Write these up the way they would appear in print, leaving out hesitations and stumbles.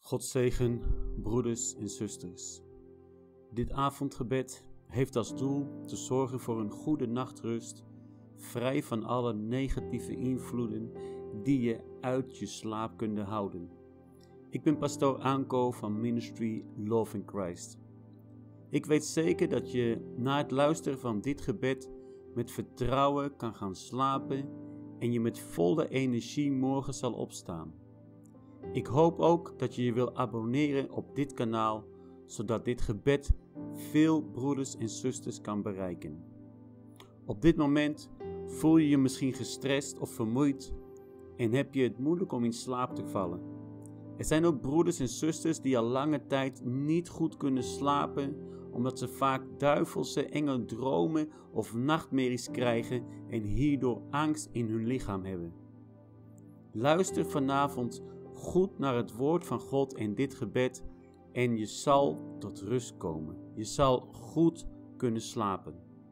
God zegen, broeders en zusters. Dit avondgebed heeft als doel te zorgen voor een goede nachtrust, vrij van alle negatieve invloeden die je uit je slaap kunnen houden. Ik ben pastoor Anko van Ministry Love in Christ. Ik weet zeker dat je na het luisteren van dit gebed met vertrouwen kan gaan slapen en je met volle energie morgen zal opstaan. Ik hoop ook dat je je wil abonneren op dit kanaal, zodat dit gebed veel broeders en zusters kan bereiken. Op dit moment voel je je misschien gestrest of vermoeid en heb je het moeilijk om in slaap te vallen. Er zijn ook broeders en zusters die al lange tijd niet goed kunnen slapen, omdat ze vaak duivelse enge dromen of nachtmerries krijgen en hierdoor angst in hun lichaam hebben. Luister vanavond goed naar het woord van God en dit gebed en je zal tot rust komen. Je zal goed kunnen slapen.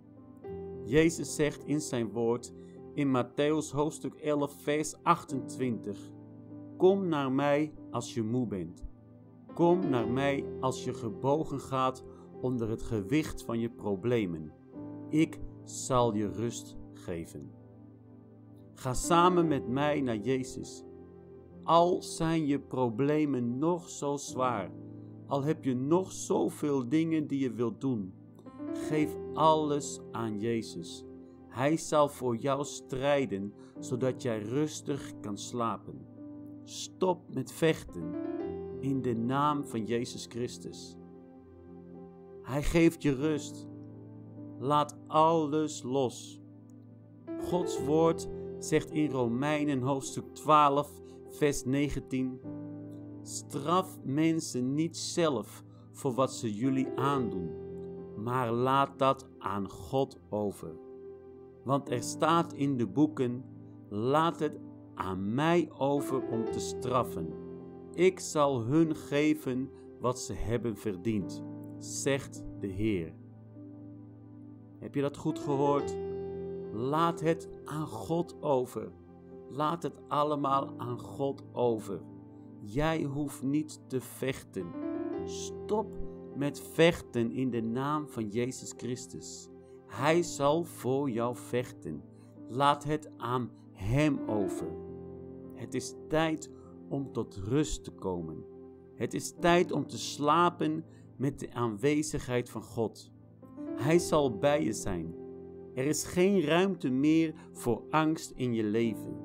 Jezus zegt in zijn woord in Mattheüs hoofdstuk 11 vers 28: Kom naar mij als je moe bent. Kom naar mij als je gebogen gaat onder het gewicht van je problemen. Ik zal je rust geven. Ga samen met mij naar Jezus. Al zijn je problemen nog zo zwaar, al heb je nog zoveel dingen die je wilt doen, geef alles aan Jezus. Hij zal voor jou strijden, zodat jij rustig kan slapen. Stop met vechten in de naam van Jezus Christus. Hij geeft je rust. Laat alles los. Gods woord zegt in Romeinen hoofdstuk 12 vers 19: Straf mensen niet zelf voor wat ze jullie aandoen, maar laat dat aan God over. Want er staat in de boeken: laat het aan mij over om te straffen. Ik zal hun geven wat ze hebben verdiend, zegt de Heer. Heb je dat goed gehoord? Laat het aan God over. Laat het allemaal aan God over. Jij hoeft niet te vechten. Stop met vechten in de naam van Jezus Christus. Hij zal voor jou vechten. Laat het aan Hem over. Het is tijd om tot rust te komen. Het is tijd om te slapen met de aanwezigheid van God. Hij zal bij je zijn. Er is geen ruimte meer voor angst in je leven.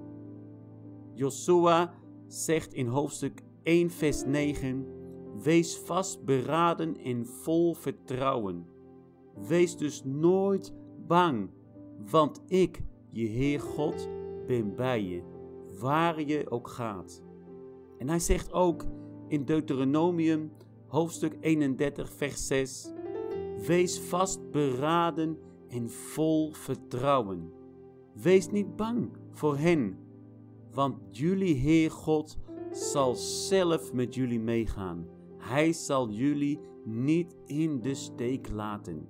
Josua zegt in hoofdstuk 1 vers 9: Wees vastberaden en vol vertrouwen. Wees dus nooit bang, want ik, je Heer God, ben bij je, waar je ook gaat. En hij zegt ook in Deuteronomium hoofdstuk 31 vers 6: Wees vastberaden en vol vertrouwen. Wees niet bang voor hen, want jullie Heer God zal zelf met jullie meegaan. Hij zal jullie niet in de steek laten.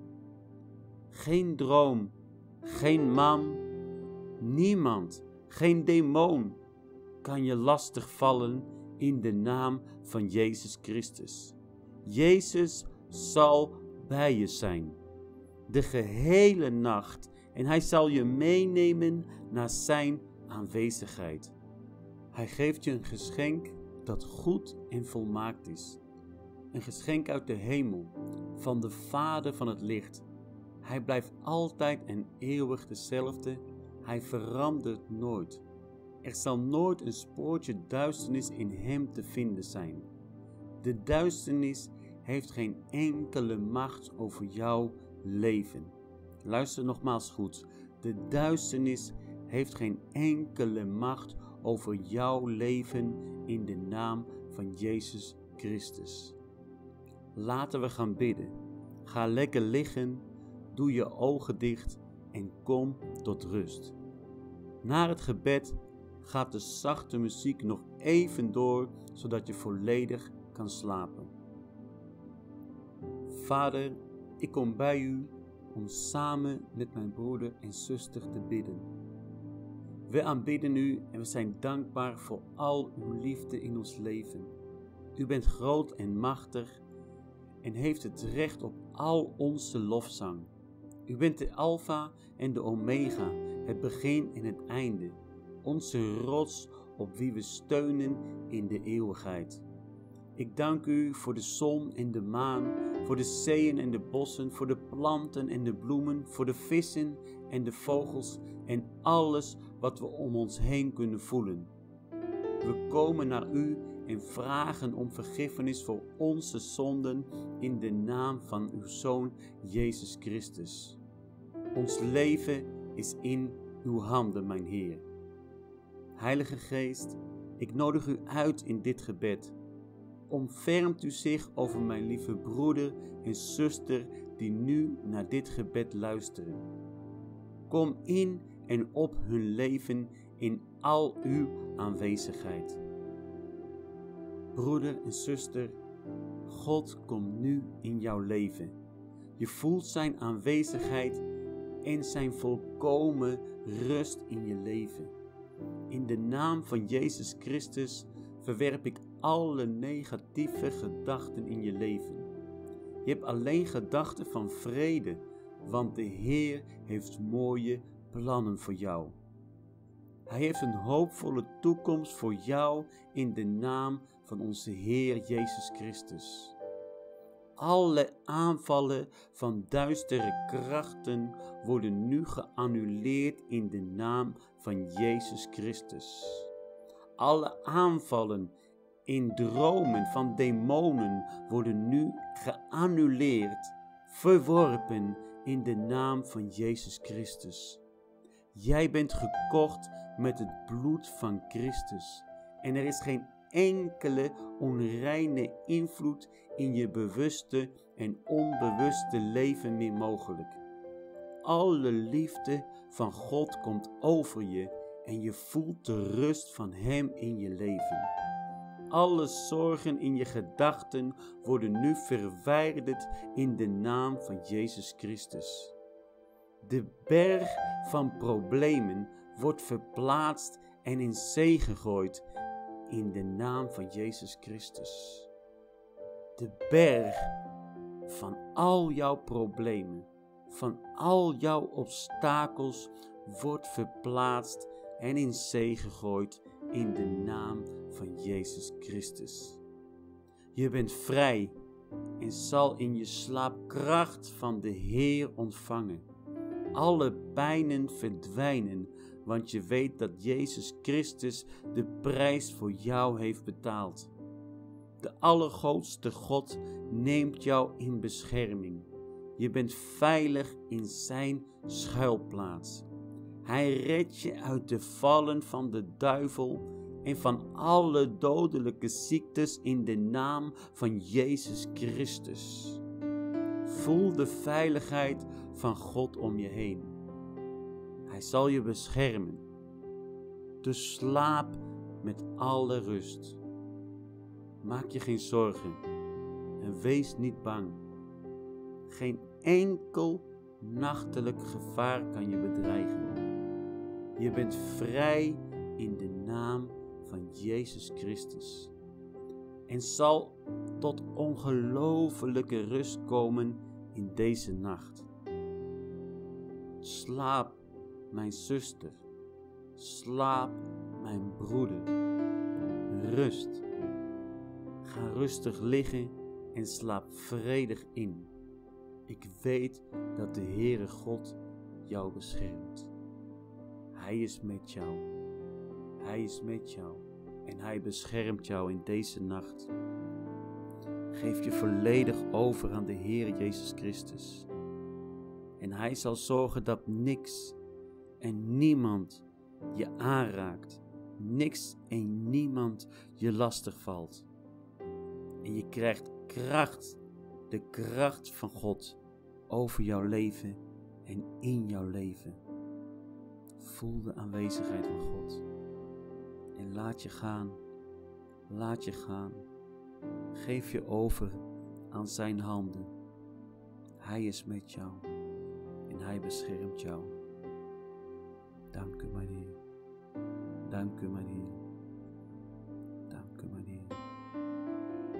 Geen droom, geen man, niemand, geen demon kan je lastig vallen in de naam van Jezus Christus. Jezus zal bij je zijn, de gehele nacht, en hij zal je meenemen naar zijn aanwezigheid. Hij geeft je een geschenk dat goed en volmaakt is. Een geschenk uit de hemel, van de Vader van het licht. Hij blijft altijd en eeuwig dezelfde. Hij verandert nooit. Er zal nooit een spoortje duisternis in hem te vinden zijn. De duisternis heeft geen enkele macht over jouw leven. Luister nogmaals goed. De duisternis heeft geen enkele macht over jouw leven in de naam van Jezus Christus. Laten we gaan bidden. Ga lekker liggen, doe je ogen dicht en kom tot rust. Na het gebed gaat de zachte muziek nog even door, zodat je volledig kan slapen. Vader, ik kom bij u om samen met mijn broeder en zuster te bidden. We aanbidden u en we zijn dankbaar voor al uw liefde in ons leven. U bent groot en machtig en heeft het recht op al onze lofzang. U bent de Alfa en de Omega, het begin en het einde, onze rots op wie we steunen in de eeuwigheid. Ik dank u voor de zon en de maan, voor de zeeën en de bossen, voor de planten en de bloemen, voor de vissen en de vogels en alles wat we om ons heen kunnen voelen. We komen naar u en vragen om vergiffenis voor onze zonden in de naam van uw Zoon Jezus Christus. Ons leven is in uw handen, mijn Heer. Heilige Geest, ik nodig u uit in dit gebed. Ontfermt u zich over mijn lieve broeder en zuster die nu naar dit gebed luisteren. Kom in en op hun leven in al uw aanwezigheid. Broeder en zuster, God komt nu in jouw leven. Je voelt zijn aanwezigheid en zijn volkomen rust in je leven. In de naam van Jezus Christus verwerp ik alle negatieve gedachten in je leven. Je hebt alleen gedachten van vrede, want de Heer heeft mooie plannen voor jou. Hij heeft een hoopvolle toekomst voor jou in de naam van onze Heer Jezus Christus. Alle aanvallen van duistere krachten worden nu geannuleerd in de naam van Jezus Christus. Alle aanvallen in dromen van demonen worden nu geannuleerd, verworpen in de naam van Jezus Christus. Jij bent gekocht met het bloed van Christus en er is geen enkele onreine invloed in je bewuste en onbewuste leven meer mogelijk. Alle liefde van God komt over je en je voelt de rust van Hem in je leven. Alle zorgen in je gedachten worden nu verwijderd in de naam van Jezus Christus. De berg van problemen wordt verplaatst en in zee gegooid in de naam van Jezus Christus. De berg van al jouw problemen, van al jouw obstakels wordt verplaatst en in zee gegooid in de naam van Jezus Christus. Je bent vrij en zal in je slaap kracht van de Heer ontvangen. Alle pijnen verdwijnen, want je weet dat Jezus Christus de prijs voor jou heeft betaald. De Allergrootste God neemt jou in bescherming. Je bent veilig in zijn schuilplaats. Hij redt je uit de vallen van de duivel en van alle dodelijke ziektes in de naam van Jezus Christus. Voel de veiligheid van God om je heen. Hij zal je beschermen. Dus slaap met alle rust. Maak je geen zorgen en wees niet bang. Geen enkel nachtelijk gevaar kan je bedreigen. Je bent vrij in de naam van Jezus Christus en zal tot ongelofelijke rust komen in deze nacht. Slaap, mijn zuster. Slaap, mijn broeder. Rust. Ga rustig liggen en slaap vredig in. Ik weet dat de Heere God jou beschermt. Hij is met jou. Hij is met jou en Hij beschermt jou in deze nacht. Geef je volledig over aan de Heer Jezus Christus. En Hij zal zorgen dat niks en niemand je aanraakt. Niks en niemand je lastig valt. En je krijgt kracht, de kracht van God over jouw leven en in jouw leven. Voel de aanwezigheid van God. En laat je gaan. Laat je gaan. Geef je over aan zijn handen. Hij is met jou. En hij beschermt jou. Dank u, mijn Heer. Dank u, mijn Heer. Dank u, mijn Heer.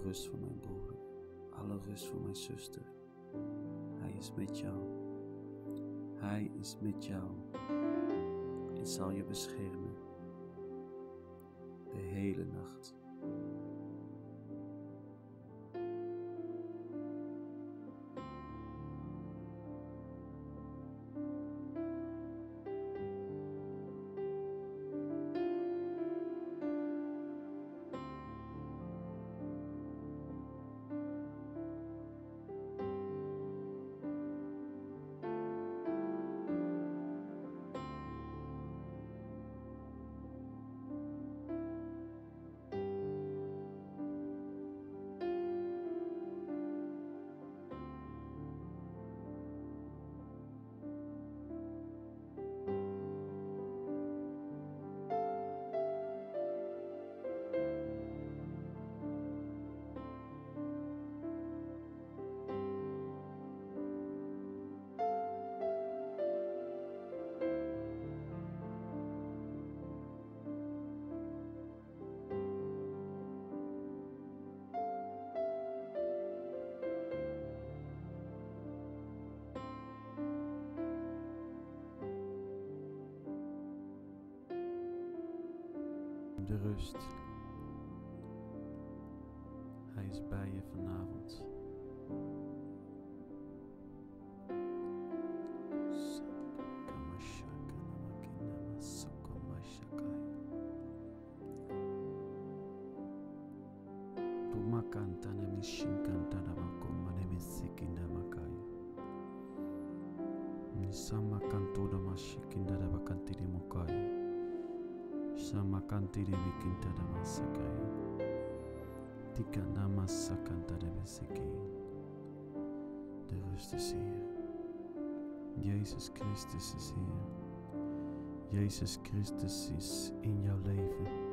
rust voor mijn broeder, alle rust voor mijn zuster. Hij is met jou. Hij is met jou en zal je beschermen de hele nacht. De rust. Hij is bij je vanavond. Sama kantoda mashikinda da bakantiri mokai. Sama kantiri bikinta da masakai. Tika namasakanta da beseki. De rust is hier. Jezus Christus is hier. Jezus Christus is in jouw leven.